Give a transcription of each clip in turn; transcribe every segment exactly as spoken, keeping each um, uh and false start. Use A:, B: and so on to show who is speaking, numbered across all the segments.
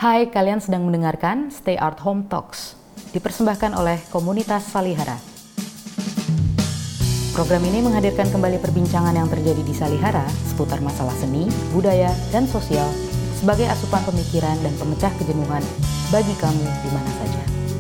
A: Hai, kalian sedang mendengarkan Stay Art Home Talks, dipersembahkan oleh komunitas Salihara. Program ini menghadirkan kembali perbincangan yang terjadi di Salihara seputar masalah seni, budaya, dan sosial sebagai asupan pemikiran dan pemecah kejenuhan bagi kamu di mana saja.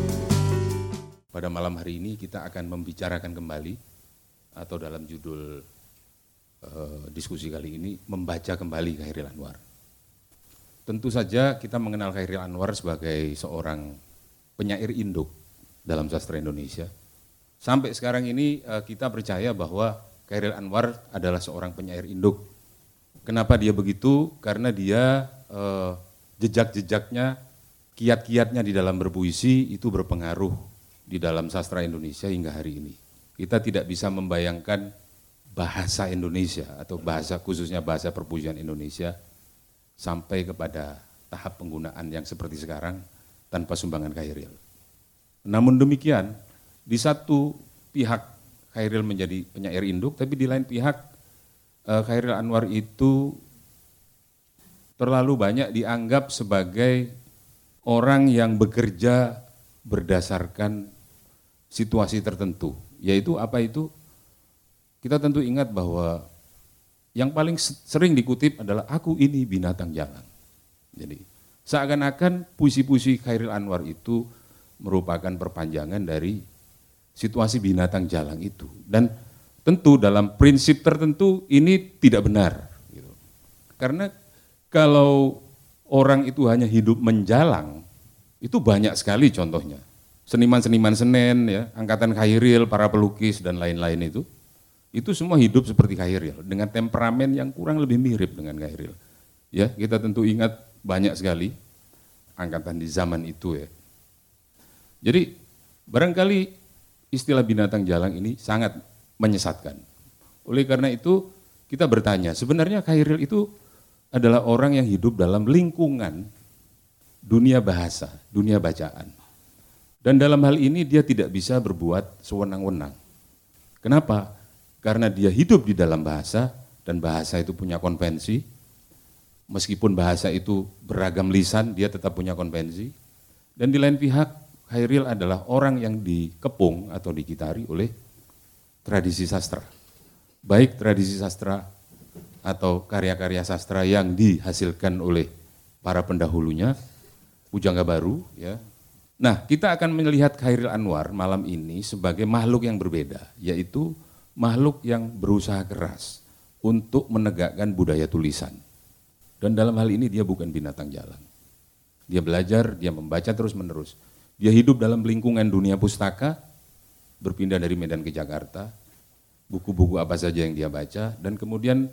B: Pada malam hari ini kita akan membicarakan kembali, atau dalam judul uh, diskusi kali ini, membaca kembali Chairil Anwar. Tentu saja kita mengenal Chairil Anwar sebagai seorang penyair induk dalam sastra Indonesia. Sampai sekarang ini kita percaya bahwa Chairil Anwar adalah seorang penyair induk. Kenapa dia begitu? Karena dia eh, jejak-jejaknya, kiat-kiatnya di dalam berpuisi itu berpengaruh di dalam sastra Indonesia hingga hari ini. Kita tidak bisa membayangkan bahasa Indonesia atau bahasa khususnya bahasa perpuisian Indonesia sampai kepada tahap penggunaan yang seperti sekarang tanpa sumbangan Chairil. Namun demikian, di satu pihak Chairil menjadi penyair induk, tapi di lain pihak eh, Chairil Anwar itu terlalu banyak dianggap sebagai orang yang bekerja berdasarkan situasi tertentu. Yaitu apa itu? Kita tentu ingat bahwa yang paling sering dikutip adalah aku ini binatang jalan. Jadi seakan-akan puisi-puisi Chairil Anwar itu merupakan perpanjangan dari situasi binatang jalang itu. Dan tentu dalam prinsip tertentu ini tidak benar. Gitu. Karena kalau orang itu hanya hidup menjalang, itu banyak sekali contohnya. Seniman-seniman Senen, ya, angkatan Chairil, para pelukis dan lain-lain itu, itu semua hidup seperti Chairil, dengan temperamen yang kurang lebih mirip dengan Chairil. Ya, kita tentu ingat banyak sekali angkatan di zaman itu ya. Jadi barangkali istilah binatang jalang ini sangat menyesatkan. Oleh karena itu kita bertanya, sebenarnya Chairil itu adalah orang yang hidup dalam lingkungan dunia bahasa, dunia bacaan. Dan dalam hal ini dia tidak bisa berbuat sewenang-wenang. Kenapa? Karena dia hidup di dalam bahasa, dan bahasa itu punya konvensi. Meskipun bahasa itu beragam lisan, dia tetap punya konvensi. Dan di lain pihak, Chairil adalah orang yang dikepung atau dikitari oleh tradisi sastra. Baik tradisi sastra atau karya-karya sastra yang dihasilkan oleh para pendahulunya, pujangga baru. Ya. Nah, kita akan melihat Chairil Anwar malam ini sebagai makhluk yang berbeda, yaitu makhluk yang berusaha keras untuk menegakkan budaya tulisan. Dan dalam hal ini dia bukan binatang jalang. Dia belajar, dia membaca terus-menerus. Dia hidup dalam lingkungan dunia pustaka, berpindah dari Medan ke Jakarta, buku-buku apa saja yang dia baca, dan kemudian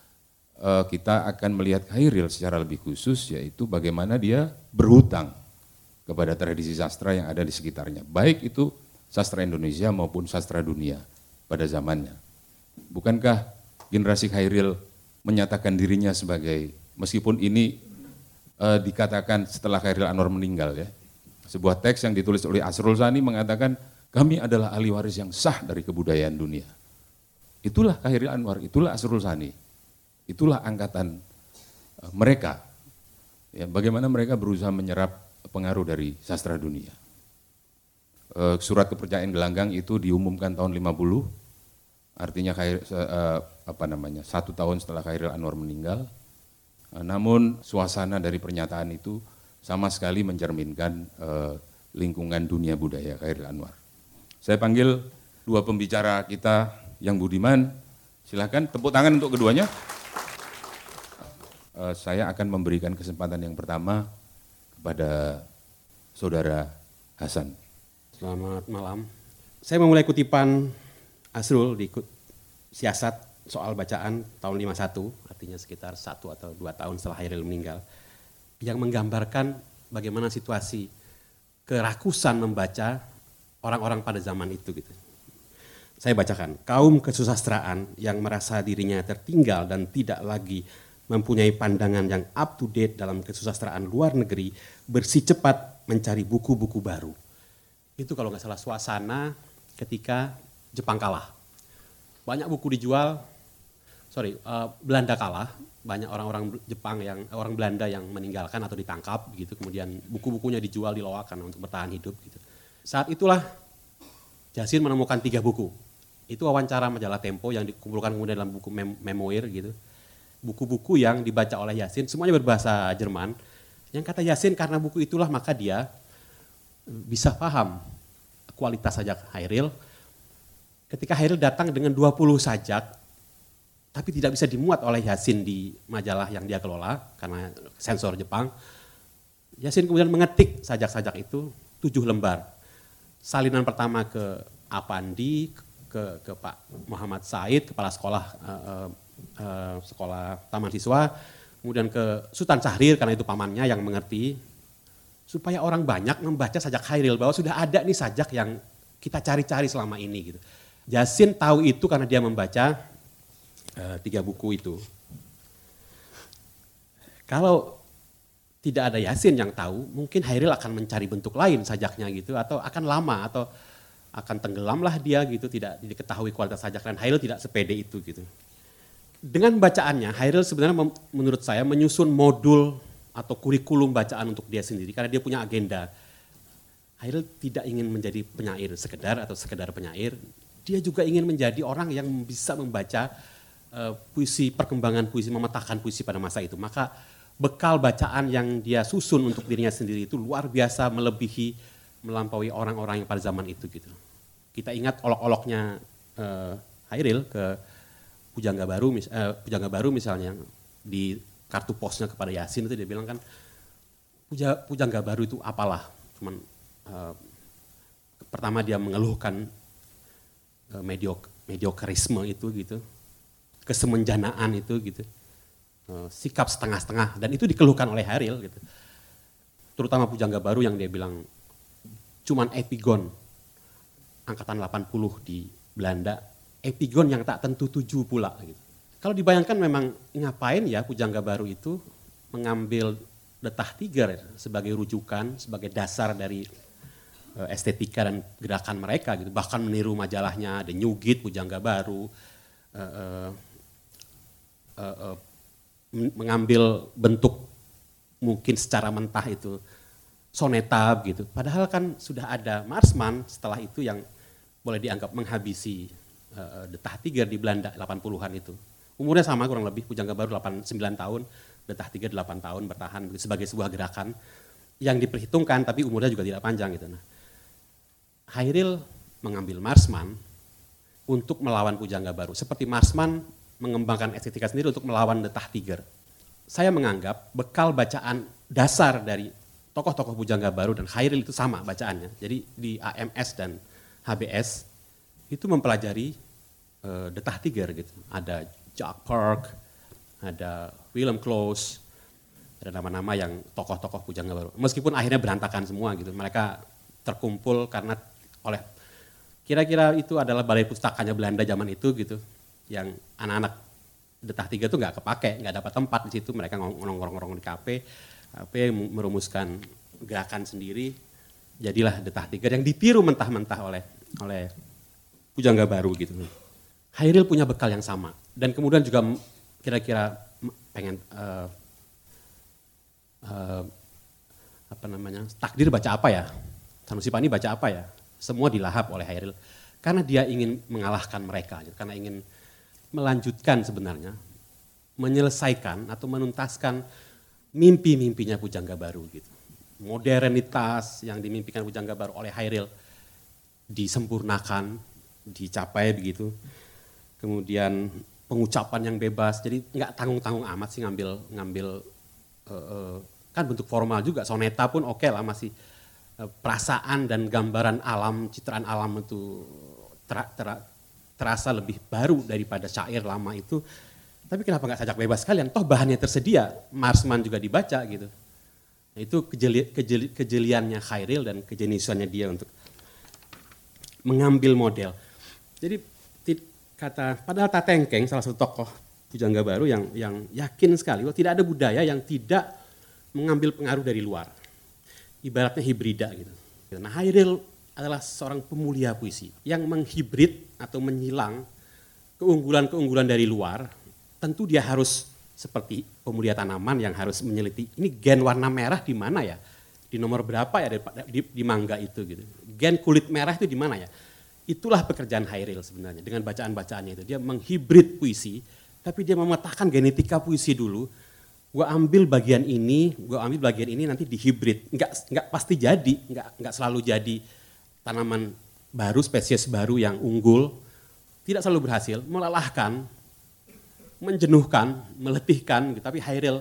B: uh, kita akan melihat Chairil secara lebih khusus, yaitu bagaimana dia berhutang kepada tradisi sastra yang ada di sekitarnya. Baik itu sastra Indonesia maupun sastra dunia pada zamannya. Bukankah generasi Chairil menyatakan dirinya sebagai, meskipun ini uh, dikatakan setelah Chairil Anwar meninggal ya, sebuah teks yang ditulis oleh Asrul Sani mengatakan, kami adalah ahli waris yang sah dari kebudayaan dunia. Itulah Chairil Anwar, itulah Asrul Sani, itulah angkatan uh, mereka. Ya, bagaimana mereka berusaha menyerap pengaruh dari sastra dunia. Uh, surat kepercayaan gelanggang itu diumumkan tahun lima puluh, artinya Chairil, uh, apa namanya, satu tahun setelah Chairil Anwar meninggal. Uh, namun suasana dari pernyataan itu sama sekali mencerminkan uh, lingkungan dunia budaya Chairil Anwar. Saya panggil dua pembicara kita yang budiman, silakan tepuk tangan untuk keduanya. Uh, saya akan memberikan kesempatan yang pertama kepada Saudara Hasan.
C: Selamat malam. Saya memulai kutipan Asrul di siasat soal bacaan tahun lima puluh satu, artinya sekitar satu atau dua tahun setelah Chairil meninggal, yang menggambarkan bagaimana situasi kerakusan membaca orang-orang pada zaman itu. Gitu. Saya bacakan, kaum kesusastraan yang merasa dirinya tertinggal dan tidak lagi mempunyai pandangan yang up to date dalam kesusastraan luar negeri, bersih cepat mencari buku-buku baru. Itu kalau nggak salah suasana ketika Jepang kalah. Banyak buku dijual, sorry, uh, Belanda kalah, banyak orang-orang Jepang yang orang Belanda yang meninggalkan atau ditangkap gitu, kemudian buku-bukunya dijual di loakan untuk bertahan hidup gitu. Saat itulah Yasin menemukan tiga buku. Itu wawancara majalah Tempo yang dikumpulkan kemudian dalam buku mem memoir gitu. Buku-buku yang dibaca oleh Yasin semuanya berbahasa Jerman. Yang kata Yasin karena buku itulah maka dia bisa paham kualitas sajak Hairil. Ketika Hairil datang dengan dua puluh sajak, tapi tidak bisa dimuat oleh Yasin di majalah yang dia kelola karena sensor Jepang. Yasin kemudian mengetik sajak-sajak itu tujuh lembar. Salinan pertama ke Apandi, ke, ke Pak Muhammad Said, kepala sekolah uh, uh, sekolah taman siswa, kemudian ke Sultan Syahrir karena itu pamannya yang mengerti, supaya orang banyak membaca sajak Hairil bahwa sudah ada nih sajak yang kita cari-cari selama ini gitu. Yasin tahu itu karena dia membaca Uh, tiga buku itu. Kalau tidak ada Yasin yang tahu, mungkin Hairil akan mencari bentuk lain sajaknya gitu, atau akan lama, atau akan tenggelamlah dia gitu, tidak diketahui kualitas sajak, dan Hairil tidak sepede itu gitu. Dengan bacaannya, Hairil sebenarnya menurut saya menyusun modul atau kurikulum bacaan untuk dia sendiri, karena dia punya agenda. Hairil tidak ingin menjadi penyair sekedar atau sekedar penyair, dia juga ingin menjadi orang yang bisa membaca Uh, puisi, perkembangan puisi, memetakan puisi pada masa itu. Maka bekal bacaan yang dia susun untuk dirinya sendiri itu luar biasa melebihi, melampaui orang-orang yang pada zaman itu gitu. Kita ingat olok-oloknya uh, Hairil ke Pujangga Baru, mis, uh, Pujangga Baru misalnya, di kartu posnya kepada Yasin itu dia bilang kan, Puja, Pujangga Baru itu apalah, cuman uh, pertama dia mengeluhkan uh, mediok, mediokerisme itu gitu, kesemenjanaan itu gitu, sikap setengah-setengah, dan itu dikeluhkan oleh Hairil gitu. Terutama Pujangga Baru yang dia bilang cuman epigon angkatan delapan puluh di Belanda, epigon yang tak tentu tuju pula gitu. Kalau dibayangkan memang ngapain ya Pujangga Baru itu mengambil Detah Tiger sebagai rujukan, sebagai dasar dari estetika dan gerakan mereka gitu, bahkan meniru majalahnya The New Git, Pujangga Baru, uh, uh, Uh, uh, mengambil bentuk mungkin secara mentah itu soneta gitu. Padahal kan sudah ada Marsman setelah itu yang boleh dianggap menghabisi uh, Detah Tiger di Belanda delapan puluhan itu. Umurnya sama kurang lebih, Pujangga Baru delapan puluh sembilan tahun, Detah Tiger delapan tahun bertahan sebagai sebuah gerakan yang diperhitungkan tapi umurnya juga tidak panjang gitu. Nah, Hairil mengambil Marsman untuk melawan Pujangga Baru. Seperti Marsman mengembangkan estetika sendiri untuk melawan Detah Tiger. Saya menganggap bekal bacaan dasar dari tokoh-tokoh Pujangga Baru dan Hairil itu sama bacaannya. Jadi di A M S dan H B S itu mempelajari uh, Detah Tiger gitu. Ada Jack Park, ada Willem Klose, ada nama-nama yang tokoh-tokoh Pujangga Baru. Meskipun akhirnya berantakan semua gitu. Mereka terkumpul karena oleh kira-kira itu adalah balai pustakanya Belanda zaman itu gitu. Yang anak-anak Detah Tiger itu nggak kepake, nggak dapat tempat di situ, mereka nongkrong-nongkrong di kafe, kafe merumuskan gerakan sendiri, jadilah Detah Tiger yang ditiru mentah-mentah oleh oleh Pujangga Baru gitu. Hairil punya bekal yang sama dan kemudian juga kira-kira pengen uh, uh, apa namanya takdir baca apa ya, Sanusi Pani baca apa ya, semua dilahap oleh Hairil karena dia ingin mengalahkan mereka, karena ingin melanjutkan sebenarnya, menyelesaikan atau menuntaskan mimpi-mimpinya Pujangga Baru gitu. Modernitas yang dimimpikan Pujangga Baru oleh Hairil disempurnakan, dicapai begitu. Kemudian pengucapan yang bebas, jadi nggak tanggung-tanggung amat sih ngambil ngambil uh, uh, kan bentuk formal juga. Soneta pun oke okay lah, masih uh, perasaan dan gambaran alam, citraan alam itu ter, ter, terasa lebih baru daripada syair lama itu. Tapi kenapa nggak sajak bebas sekalian? Toh bahannya tersedia, Marsman juga dibaca gitu. Nah, itu kejeli, kejeli, kejeliannya Hairil dan kejeniusannya dia untuk mengambil model. Jadi kata, padahal Tatengkeng salah satu tokoh Pujangga Baru yang yang yakin sekali bahwa tidak ada budaya yang tidak mengambil pengaruh dari luar. Ibaratnya hibrida gitu. Nah, Hairil adalah seorang pemulia puisi yang menghibrid atau menyilang keunggulan-keunggulan dari luar tentu dia harus seperti pemulia tanaman yang harus meneliti ini gen warna merah di mana ya, di nomor berapa ya di, di, di mangga itu gitu. Gen kulit merah itu di mana ya? Itulah pekerjaan Hairil sebenarnya dengan bacaan-bacaannya itu. Dia menghibrid puisi, tapi dia memetakan genetika puisi dulu. Gue ambil bagian ini, gue ambil bagian ini nanti dihibrid. Enggak, enggak pasti jadi, enggak, enggak selalu jadi tanaman baru, spesies baru yang unggul. Tidak selalu berhasil, melelahkan, menjenuhkan, meletihkan, gitu. Tapi Hairil,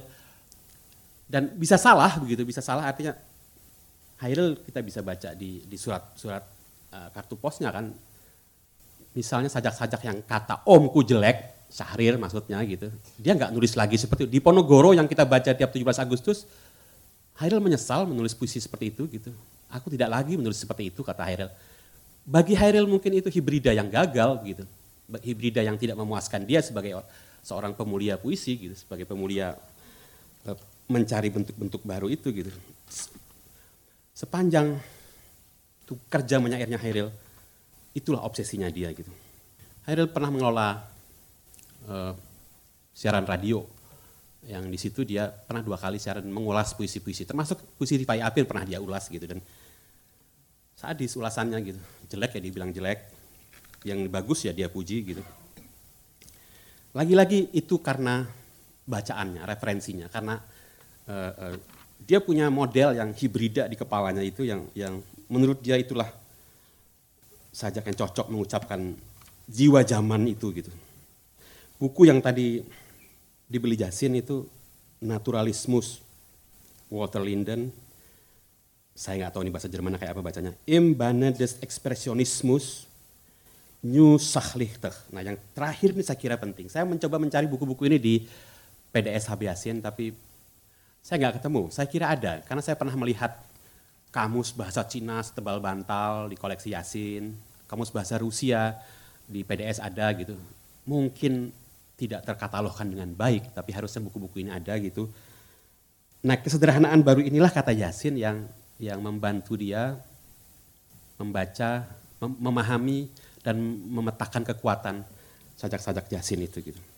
C: dan bisa salah begitu, bisa salah artinya Hairil kita bisa baca di, di surat-surat uh, kartu posnya kan. Misalnya sajak-sajak yang kata omku jelek, Syahrir maksudnya gitu. Dia nggak nulis lagi seperti itu. Di Ponorogo yang kita baca tiap tujuh belas Agustus, Hairil menyesal menulis puisi seperti itu gitu. Aku tidak lagi menulis seperti itu kata Hairil. Bagi Hairil mungkin itu hibrida yang gagal gitu. Hibrida yang tidak memuaskan dia sebagai seorang pemulia puisi gitu, sebagai pemulia mencari bentuk-bentuk baru itu gitu. Sepanjang itu kerja menyairnya Hairil, itulah obsesinya dia gitu. Hairil pernah mengelola Uh, siaran radio yang di situ dia pernah dua kali siaran mengulas puisi-puisi, termasuk puisi Rifai Apil pernah dia ulas gitu, dan saat di ulasannya gitu jelek ya dibilang jelek, yang bagus ya dia puji gitu. Lagi-lagi itu karena bacaannya, referensinya, karena uh, uh, dia punya model yang hibrida di kepalanya itu yang yang menurut dia itulah sajak yang cocok mengucapkan jiwa zaman itu gitu. Buku yang tadi dibeli Jasin itu Naturalismus, Walter Linden, saya nggak tahu ini bahasa Jerman kayak apa bacanya, Im Banne des Expressionismus, New Sachlichter. Nah yang terakhir ini saya kira penting, saya mencoba mencari buku-buku ini di P D S H B Yasin, tapi saya nggak ketemu, saya kira ada, karena saya pernah melihat kamus bahasa Cina setebal bantal di koleksi Yasin, kamus bahasa Rusia di P D S ada gitu, mungkin tidak terkatalogkan dengan baik, tapi harusnya buku-buku ini ada gitu. Nah kesederhanaan baru inilah kata Yasin yang yang membantu dia membaca, mem memahami dan memetakan kekuatan sajak-sajak Yasin itu gitu.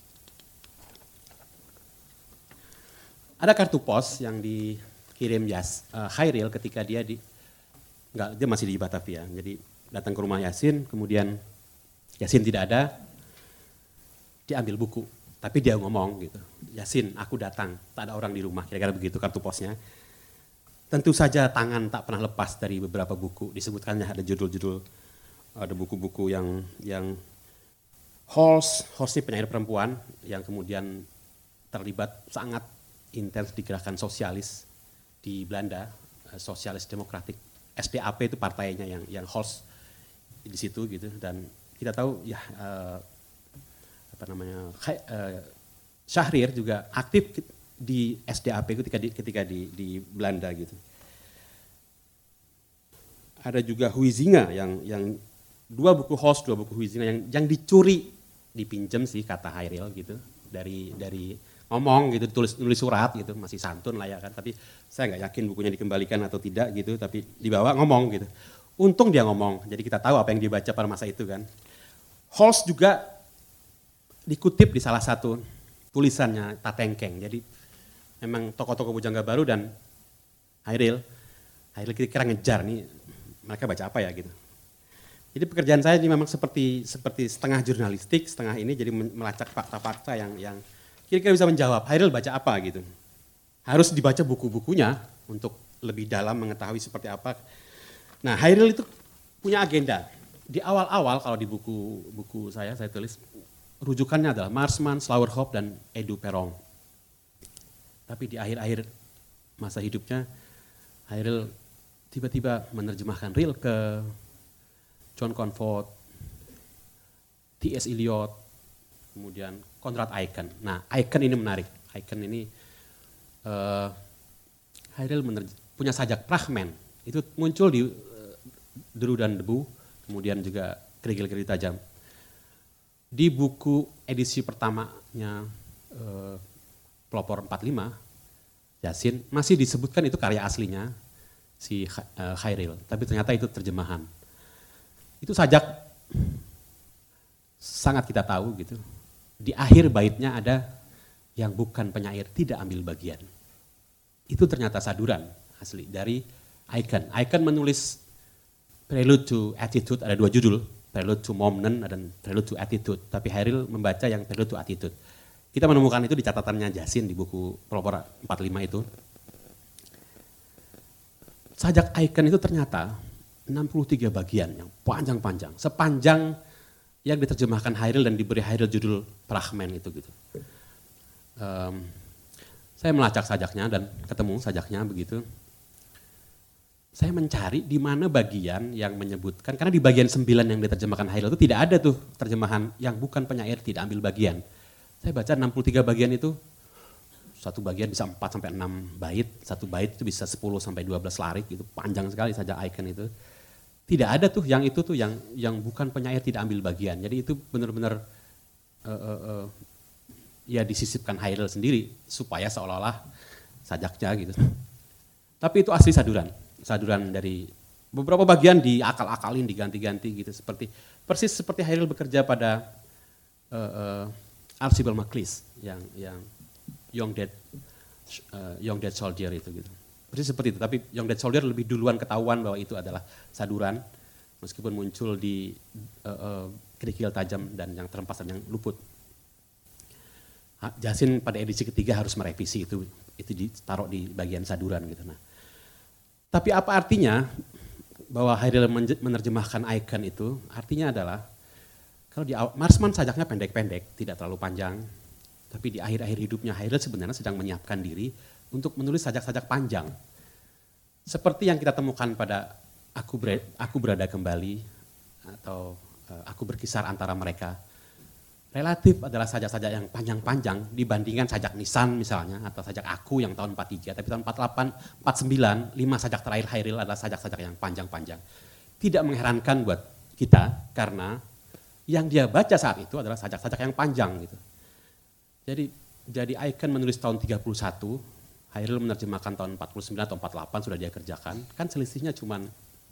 C: Ada kartu pos yang dikirim Yas, uh, Hairil ketika dia di, enggak, dia masih di Batavia, jadi datang ke rumah Yasin, kemudian Yasin tidak ada, dia ambil buku, tapi dia ngomong gitu, Yasin aku datang, tak ada orang di rumah, kira-kira begitu kartu posnya. Tentu saja tangan tak pernah lepas dari beberapa buku, disebutkannya ada judul-judul, ada buku-buku yang yang Holst, Holst ini penyair perempuan yang kemudian terlibat sangat intens di gerakan sosialis di Belanda, Sosialis Demokratik, S D A P itu partainya yang yang Holst di situ gitu, dan kita tahu ya uh, apa namanya uh, Syahrir juga aktif di S D A P ketika di ketika di di Belanda gitu. Ada juga Huizinga yang yang dua buku Holst, dua buku Huizinga yang yang dicuri, dipinjam sih kata Hairil gitu dari dari ngomong gitu, tulis nulis surat gitu, masih santun lah ya kan, tapi saya nggak yakin bukunya dikembalikan atau tidak gitu, tapi dibawa ngomong gitu. Untung dia ngomong, jadi kita tahu apa yang dibaca pada masa itu kan. Holst juga dikutip di salah satu tulisannya Tatengkeng, jadi memang tokoh-tokoh Bujangga Baru dan Hairil, Hairil kira-kira ngejar nih, mereka baca apa ya gitu. Jadi pekerjaan saya ini memang seperti seperti setengah jurnalistik, setengah ini jadi melacak fakta-fakta yang yang kira-kira bisa menjawab Hairil baca apa gitu. Harus dibaca buku-bukunya untuk lebih dalam mengetahui seperti apa. Nah Hairil itu punya agenda. Di awal-awal kalau di buku-buku saya, saya tulis rujukannya adalah Marsman, Slauerhoff, dan Edu Perong. Tapi di akhir-akhir masa hidupnya, Hairil tiba-tiba menerjemahkan Rilke, John Comfort, T S Eliot, kemudian Konrad Aiken. Nah, Aiken ini menarik. Aiken ini uh, Hairil punya sajak Prahmen. Itu muncul di uh, Deru dan Debu, kemudian juga Kerikil-kerikil Tajam. Di buku edisi pertamanya uh, Pelopor empat puluh lima, Yasin, masih disebutkan itu karya aslinya si uh, Hairil, tapi ternyata itu terjemahan. Itu sajak sangat kita tahu gitu. di akhir baitnya ada yang bukan penyair tidak ambil bagian. Itu ternyata saduran asli dari Icon. Icon menulis Prelude to Attitude, ada dua judul, Prelude to Momnen dan Prelude to Attitude. Tapi Hairil membaca yang Prelude to Attitude. Kita menemukan itu di catatannya Jasin di buku Pelopor empat puluh lima itu. Sajak Icon itu ternyata enam puluh tiga bagian yang panjang-panjang. Sepanjang yang diterjemahkan Hairil dan diberi Hairil judul Prahmen itu gitu. Um, saya melacak sajaknya dan ketemu sajaknya begitu. Saya mencari di mana bagian yang menyebutkan, karena di bagian sembilan yang diterjemahkan Hairil itu tidak ada tuh terjemahan yang bukan penyair tidak ambil bagian. Saya baca enam puluh tiga bagian itu, satu bagian bisa empat sampai enam bait, satu bait itu bisa sepuluh sampai dua belas larik, itu panjang sekali sajak Icon itu. Tidak ada tuh yang itu tuh yang yang bukan penyair tidak ambil bagian. Jadi itu benar-benar uh, uh, uh, ya disisipkan Hairil sendiri supaya seolah-olah sajaknya gitu. Tapi itu asli saduran, saduran dari beberapa bagian diakal-akalin, diganti-ganti gitu seperti persis seperti Hairil bekerja pada uh, uh, Archibald MacLeish yang yang Young Dead uh, Young Dead Soldier itu gitu. Persis seperti itu, tapi Young Dead Soldier lebih duluan ketahuan bahwa itu adalah saduran meskipun muncul di uh, uh, kerikil tajam dan yang terempas dan yang luput. Jasin pada edisi ketiga harus merevisi itu, itu ditaruh di bagian saduran gitu. Nah, tapi apa artinya bahwa Hairil menerjemahkan Icon itu? Artinya adalah kalau di Marsman sajaknya pendek-pendek, tidak terlalu panjang, tapi di akhir-akhir hidupnya Hairil sebenarnya sedang menyiapkan diri untuk menulis sajak-sajak panjang. Seperti yang kita temukan pada Aku Berada, Aku Berada Kembali atau uh, Aku Berkisar Antara Mereka. Relatif adalah sajak-sajak yang panjang-panjang dibandingkan sajak Nisan misalnya atau sajak Aku yang tahun empat puluh tiga, tapi tahun empat puluh delapan, empat puluh sembilan, lima sajak terakhir Hairil adalah sajak-sajak yang panjang-panjang. Tidak mengherankan buat kita karena yang dia baca saat itu adalah sajak-sajak yang panjang gitu. Jadi jadi Icon menulis tahun tiga puluh satu, Hairil menerjemahkan tahun empat puluh sembilan atau empat puluh delapan sudah dia kerjakan. Kan selisihnya cuman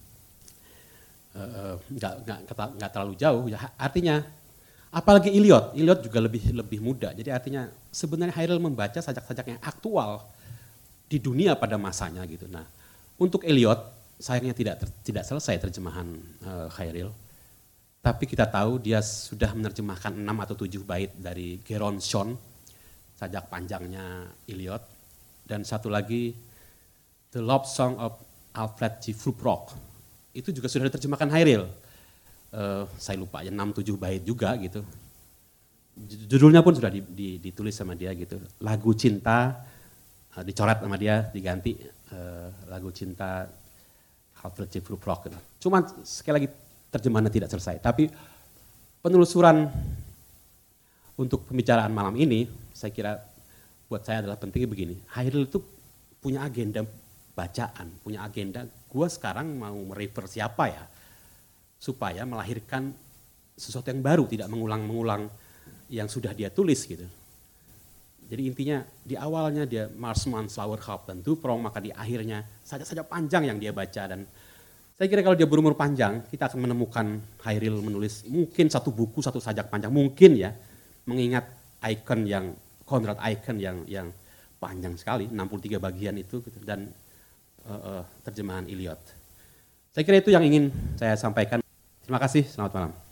C: uh, nggak nggak nggak terlalu jauh. Ya, artinya apalagi Eliot, Eliot juga lebih lebih muda. Jadi artinya sebenarnya Hairil membaca sajak-sajak yang aktual di dunia pada masanya gitu. Nah, untuk Eliot sayangnya tidak ter, tidak selesai terjemahan uh, Hairil. Tapi kita tahu dia sudah menerjemahkan enam atau tujuh bait dari Geron Shon, sajak panjangnya Eliot. Dan satu lagi, The Love Song of Alfred G. Prufrock. Itu juga sudah diterjemahkan Hairil. Uh, saya lupa ya, enam tujuh bait juga gitu. Judulnya pun sudah di, di, ditulis sama dia gitu. Lagu Cinta, uh, dicoret sama dia, diganti. Uh, lagu Cinta Alfred G. Prufrock. Gitu. Cuma sekali lagi terjemahannya tidak selesai. Tapi penelusuran untuk pembicaraan malam ini, saya kira buat saya adalah pentingnya begini, Hairil itu punya agenda bacaan, punya agenda, gue sekarang mau merefer siapa ya, supaya melahirkan sesuatu yang baru, tidak mengulang-mengulang yang sudah dia tulis gitu. Jadi intinya di awalnya dia Marsman, Flowerharp, dan Dufrong, maka di akhirnya sajak-sajak panjang yang dia baca. Dan saya kira kalau dia berumur panjang, kita akan menemukan Hairil menulis mungkin satu buku, satu sajak panjang, mungkin ya, mengingat Icon yang Konrad Icon yang yang panjang sekali, enam puluh tiga bagian itu gitu, dan uh, uh, terjemahan Eliot. Saya kira itu yang ingin saya sampaikan. Terima kasih, selamat malam.